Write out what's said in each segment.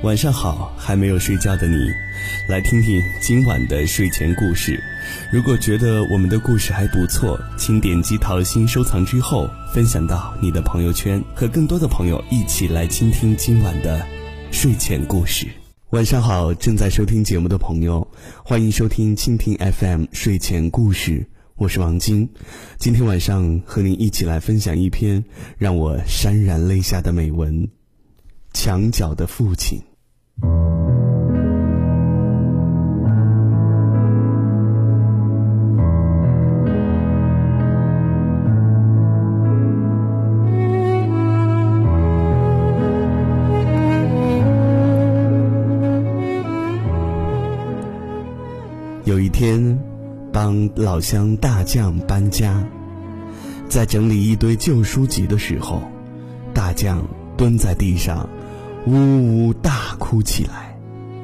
晚上好，还没有睡觉的你，来听听今晚的睡前故事。如果觉得我们的故事还不错，请点击桃心收藏之后分享到你的朋友圈，和更多的朋友一起来倾听今晚的睡前故事。晚上好，正在收听节目的朋友，欢迎收听蜻蜓 FM 睡前故事，我是王晶。今天晚上和您一起来分享一篇让我潸然泪下的美文，墙角的父亲。有一天，帮老乡大将搬家，在整理一堆旧书籍的时候，大将蹲在地上呜呜大哭起来。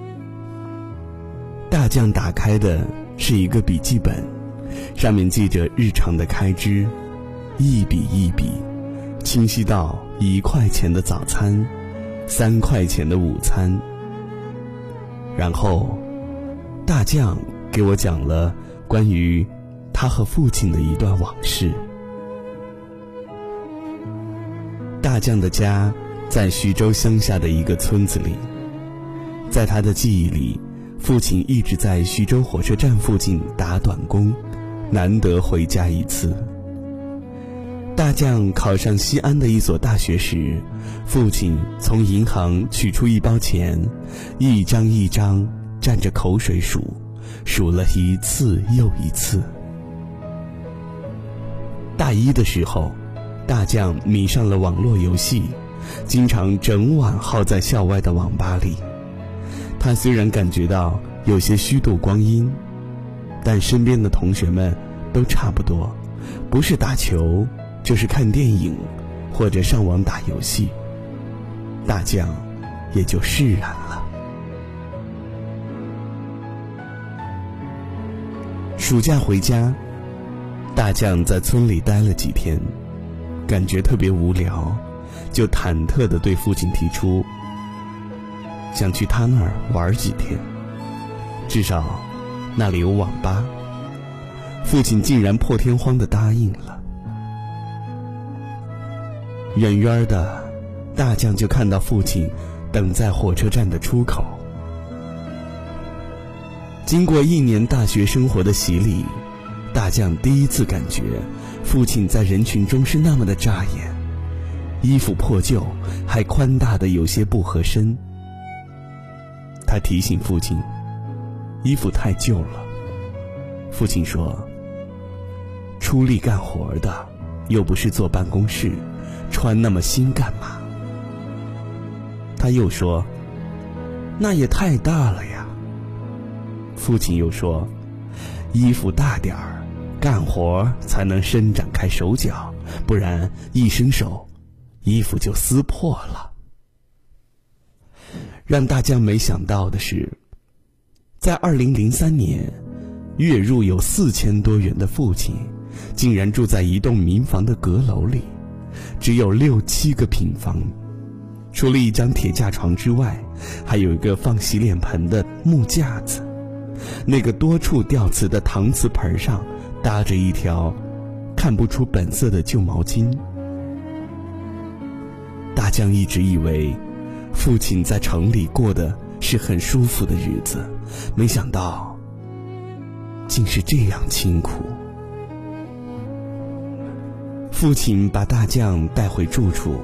大将打开的是一个笔记本，上面记着日常的开支，一笔一笔，清晰到1块钱的早餐，3块钱的午餐。然后大将给我讲了关于他和父亲的一段往事。大将的家在徐州乡下的一个村子里，在他的记忆里，父亲一直在徐州火车站附近打短工，难得回家一次。大将考上西安的一所大学时，父亲从银行取出一包钱，一张一张蘸着口水数了一次又一次。大一的时候，大将迷上了网络游戏，经常整晚耗在校外的网吧里。他虽然感觉到有些虚度光阴，但身边的同学们都差不多，不是打球就是看电影或者上网打游戏，大将也就释然了。暑假回家，大将在村里待了几天，感觉特别无聊，就忐忑地对父亲提出想去他那儿玩几天，至少那里有网吧。父亲竟然破天荒地答应了。远远的，大将就看到父亲等在火车站的出口。经过1年大学生活的洗礼，大将第一次感觉父亲在人群中是那么的扎眼，衣服破旧，还宽大的有些不合身。他提醒父亲，衣服太旧了。父亲说，出力干活的，又不是坐办公室，穿那么新干嘛？他又说，那也太大了呀。父亲又说，衣服大点儿，干活才能伸展开手脚，不然一伸手，衣服就撕破了。让大将没想到的是，在2003年，月入有4000多元的父亲，竟然住在一栋民房的阁楼里，只有6-7个平方，除了一张铁架床之外，还有一个放洗脸盆的木架子。那个多处掉瓷的搪瓷盆上搭着一条看不出本色的旧毛巾。大将一直以为父亲在城里过的是很舒服的日子，没想到竟是这样清苦。父亲把大将带回住处，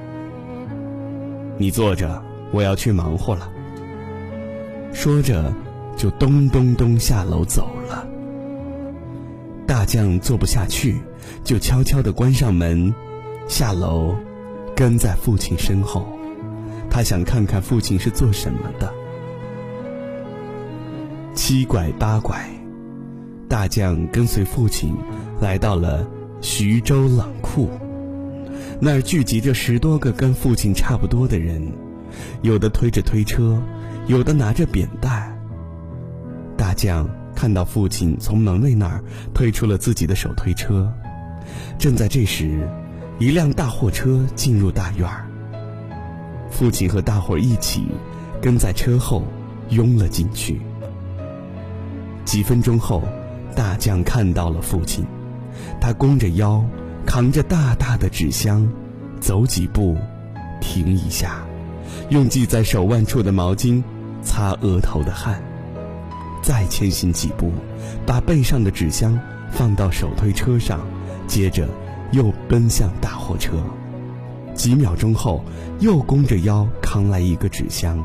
你坐着，我要去忙活了。说着就咚咚咚下楼走了。大将坐不下去，就悄悄地关上门，下楼跟在父亲身后。他想看看父亲是做什么的。7拐8拐，大将跟随父亲来到了徐州冷库，那儿聚集着10多个跟父亲差不多的人，有的推着推车，有的拿着扁担。大将看到父亲从门卫那儿推出了自己的手推车。正在这时，一辆大货车进入大院，父亲和大伙一起跟在车后拥了进去。几分钟后，大将看到了父亲，他弓着腰，扛着大大的纸箱，走几步，停一下，用系在手腕处的毛巾擦额头的汗，再前行几步，把背上的纸箱放到手推车上，接着又奔向大货车。几秒钟后，又弓着腰扛来一个纸箱。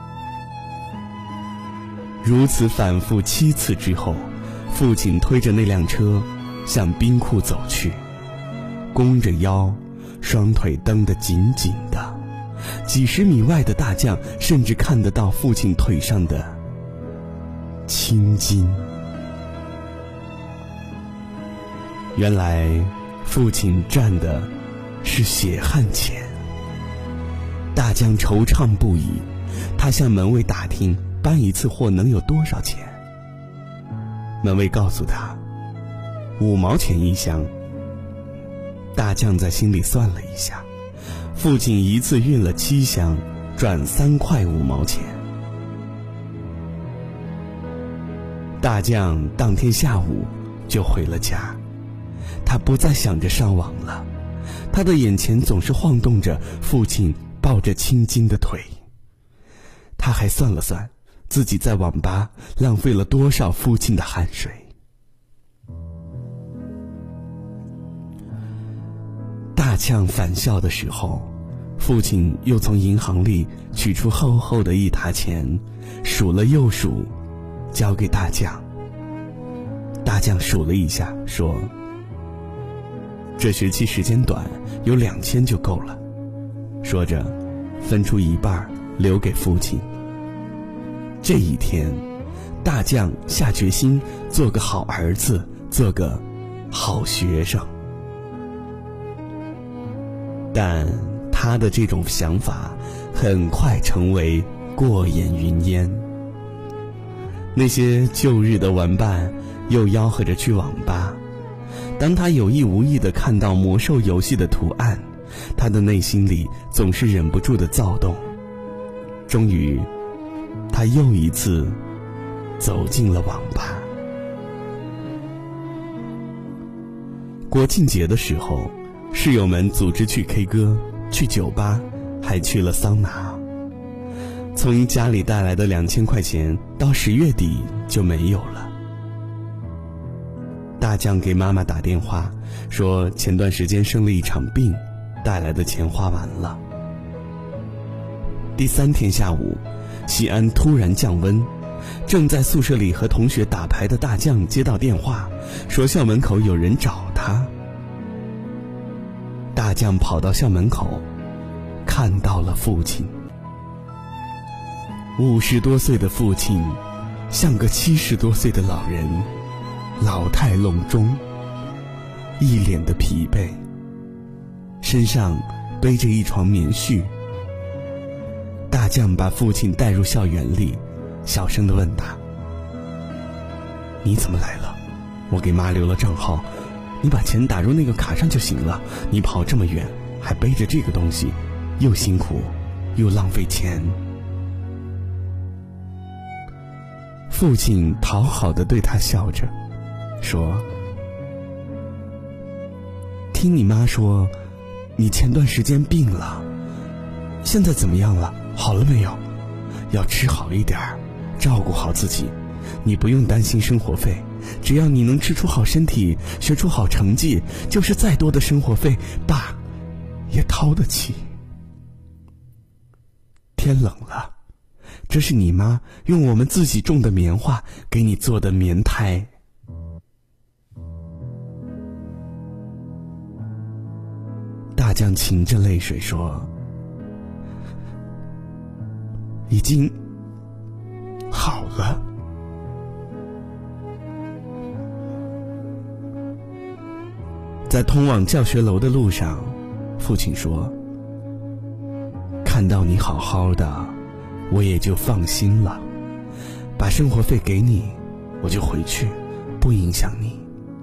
如此反复7次之后，父亲推着那辆车向冰库走去，弓着腰，双腿蹬得紧紧的。几十米外的大将甚至看得到父亲腿上的青筋。原来父亲站的是血汗钱。大将惆怅不已，他向门卫打听搬一次货能有多少钱。门卫告诉他5毛钱一箱。大将在心里算了一下，父亲一次运了7箱，赚3块5毛钱。大将当天下午就回了家，他不再想着上网了，他的眼前总是晃动着父亲抱着青筋的腿。他还算了算自己在网吧浪费了多少父亲的汗水。大将返校的时候，父亲又从银行里取出厚厚的一沓钱，数了又数，交给大将。大将数了一下，说：“这学期时间短，有2000就够了。”说着，分出一半留给父亲。这一天，大将下决心做个好儿子，做个好学生。但他的这种想法很快成为过眼云烟。那些旧日的玩伴又吆喝着去网吧，当他有意无意地看到魔兽游戏的图案，他的内心里总是忍不住的躁动。终于，他又一次走进了网吧。国庆节的时候，室友们组织去 K 歌，去酒吧，还去了桑拿。从家里带来的2000块钱到10月底就没有了。大将给妈妈打电话，说前段时间生了一场病，带来的钱花完了。第3天下午，西安突然降温，正在宿舍里和同学打牌的大将接到电话，说校门口有人找他。大将跑到校门口，看到了父亲。50多岁的父亲像个70多岁的老人，老态龙钟，一脸的疲惫，身上背着一床棉絮。大将把父亲带入校园里，小声地问他：“你怎么来了？我给妈留了账号，你把钱打入那个卡上就行了。你跑这么远，还背着这个东西，又辛苦又浪费钱。”父亲讨好地对他笑着，说：“听你妈说，你前段时间病了，现在怎么样了？好了没有？要吃好一点，照顾好自己。你不用担心生活费，只要你能吃出好身体，学出好成绩，就是再多的生活费，爸也掏得起。天冷了，这是你妈用我们自己种的棉花给你做的棉胎。”大将噙着泪水说：“已经好了。”在通往教学楼的路上，父亲说：“看到你好好的，我也就放心了。把生活费给你，我就回去，不影响你。”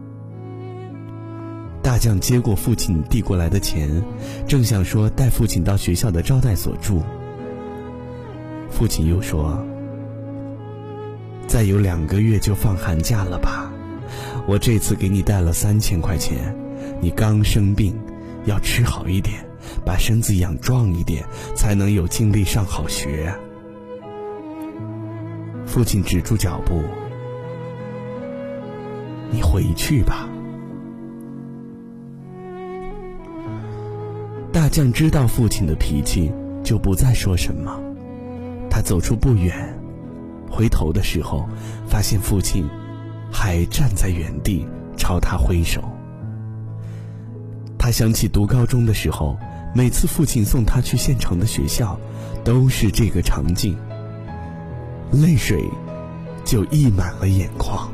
大将接过父亲递过来的钱，正想说带父亲到学校的招待所住， 父亲又说，再有2个月就放寒假了吧，我这次给你带了3000块钱，你刚生病，要吃好一点，把身子养壮一点，才能有精力上好学。父亲止住脚步，你回去吧。大将知道父亲的脾气，就不再说什么。他走出不远，回头的时候，发现父亲还站在原地朝他挥手。他想起读高中的时候，每次父亲送他去县城的学校，都是这个场景，泪水就溢满了眼眶。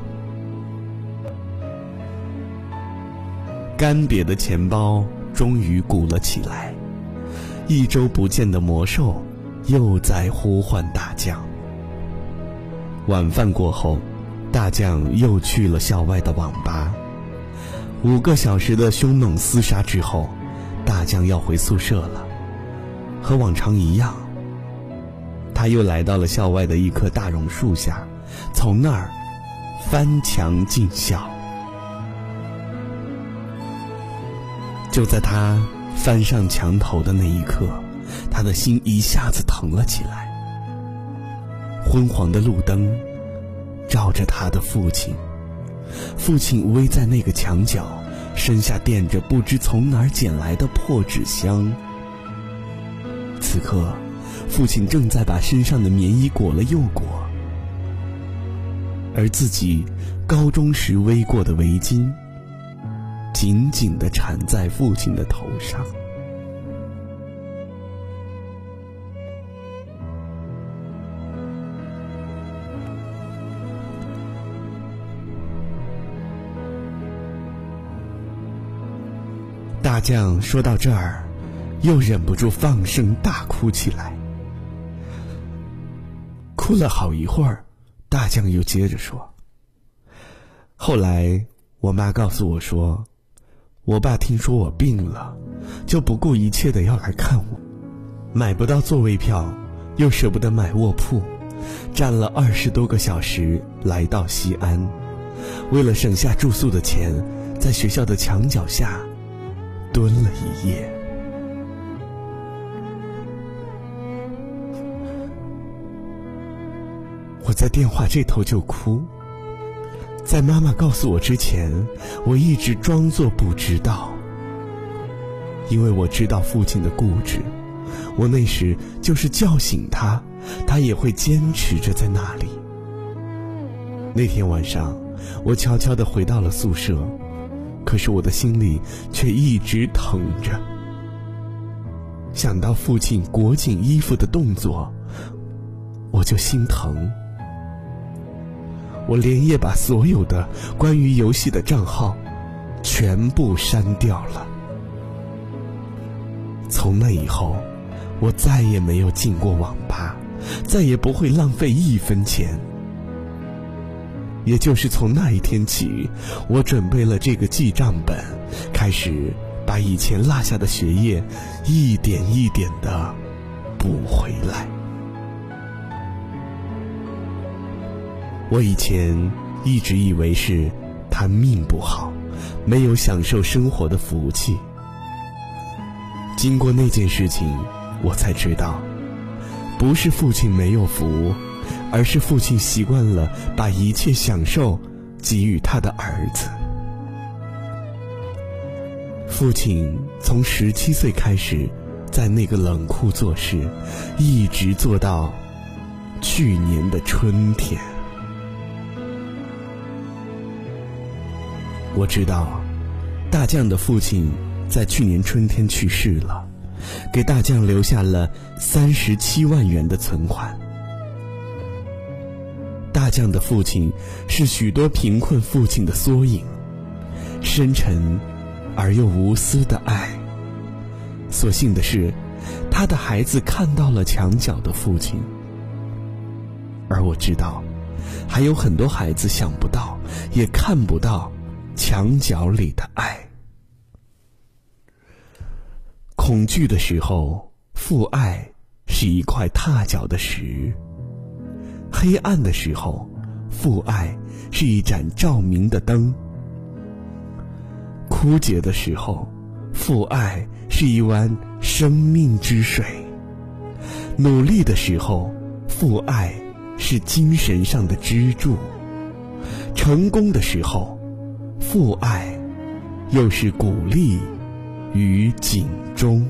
干瘪的钱包终于鼓了起来，1周不见的魔兽又在呼唤大将。晚饭过后，大将又去了校外的网吧。5个小时的凶猛厮杀之后，大将要回宿舍了。和往常一样，他又来到了校外的一棵大榕树下，从那儿翻墙进校。就在他翻上墙头的那一刻，他的心一下子疼了起来。昏黄的路灯照着他的父亲，父亲偎在那个墙角，身下垫着不知从哪儿捡来的破纸箱。此刻，父亲正在把身上的棉衣裹了又裹，而自己高中时围过的围巾紧紧地缠在父亲的头上。大将说到这儿，又忍不住放声大哭起来。哭了好一会儿，大将又接着说，后来我妈告诉我说，我爸听说我病了，就不顾一切的要来看我，买不到座位票，又舍不得买卧铺，站了20多个小时来到西安，为了省下住宿的钱，在学校的墙角下蹲了一夜。我在电话这头就哭，在妈妈告诉我之前，我一直装作不知道，因为我知道父亲的固执，我那时就是叫醒他，他也会坚持着在那里。那天晚上，我悄悄地回到了宿舍，可是我的心里却一直疼着。想到父亲裹紧衣服的动作，我就心疼。我连夜把所有的关于游戏的账号全部删掉了。从那以后，我再也没有进过网吧，再也不会浪费1分钱。也就是从那一天起，我准备了这个记账本，开始把以前落下的学业一点一点地补回来。我以前一直以为是他命不好，没有享受生活的福气。经过那件事情，我才知道，不是父亲没有福，而是父亲习惯了把一切享受给予他的儿子。父亲从17岁开始在那个冷库做事，一直做到去年的春天。我知道大将的父亲在去年春天去世了，给大将留下了37万元的存款。大将的父亲是许多贫困父亲的缩影，深沉而又无私的爱。所幸的是，他的孩子看到了墙角的父亲，而我知道，还有很多孩子想不到，也看不到墙角里的爱。恐惧的时候，父爱是一块踏脚的石。黑暗的时候，父爱是一盏照明的灯。枯竭的时候，父爱是一湾生命之水。努力的时候，父爱是精神上的支柱。成功的时候，父爱又是鼓励与警钟。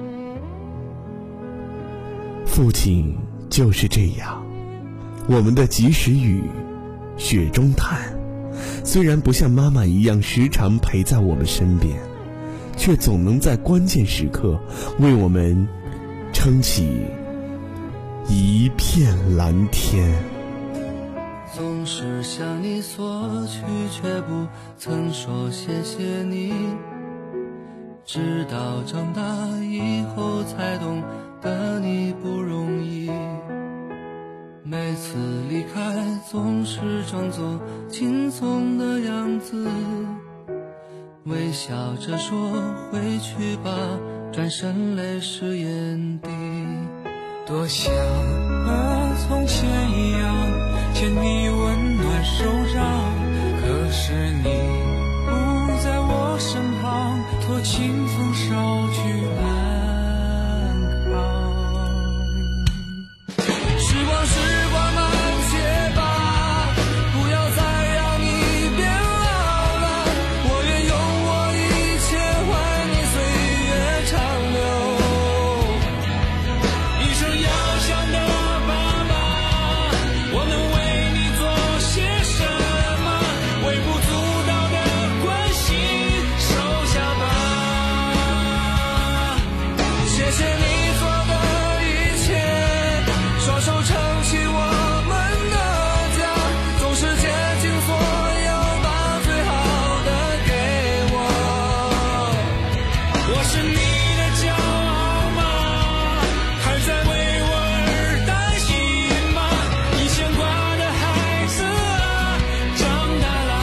父亲就是这样，我们的及时雨，雪中炭，虽然不像妈妈一样时常陪在我们身边，却总能在关键时刻为我们撑起一片蓝天。 总是向你索取，却不曾说谢谢你，直到长大以后才懂得你不容易。每次离开总是装作轻松的样子，微笑着说回去吧，转身泪湿眼底。 多想和从前一样牵你温暖手掌，可是你不在我身旁，托清风捎去安康。 时光慢些吧，不要再让你变老了，我愿用我一切换你岁月长留。一生要想的爸爸，我能为你做些什么？微不足道的关心收下吧，谢谢你做的一切，双手撑起我们的家，总是竭尽所有把最好的给我。我是你的骄傲吗？还在为我而担心吗？你牵挂的孩子啊，长大啦。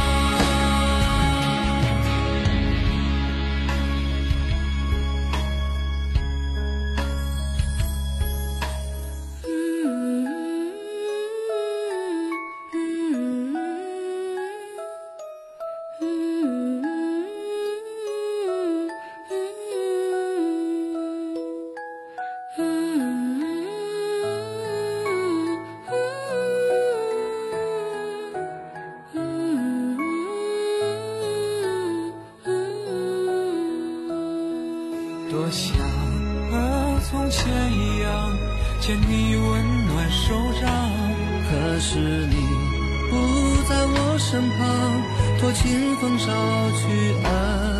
多想和从前一样牵你温暖手掌， 可是你不在我身旁，托清风捎去安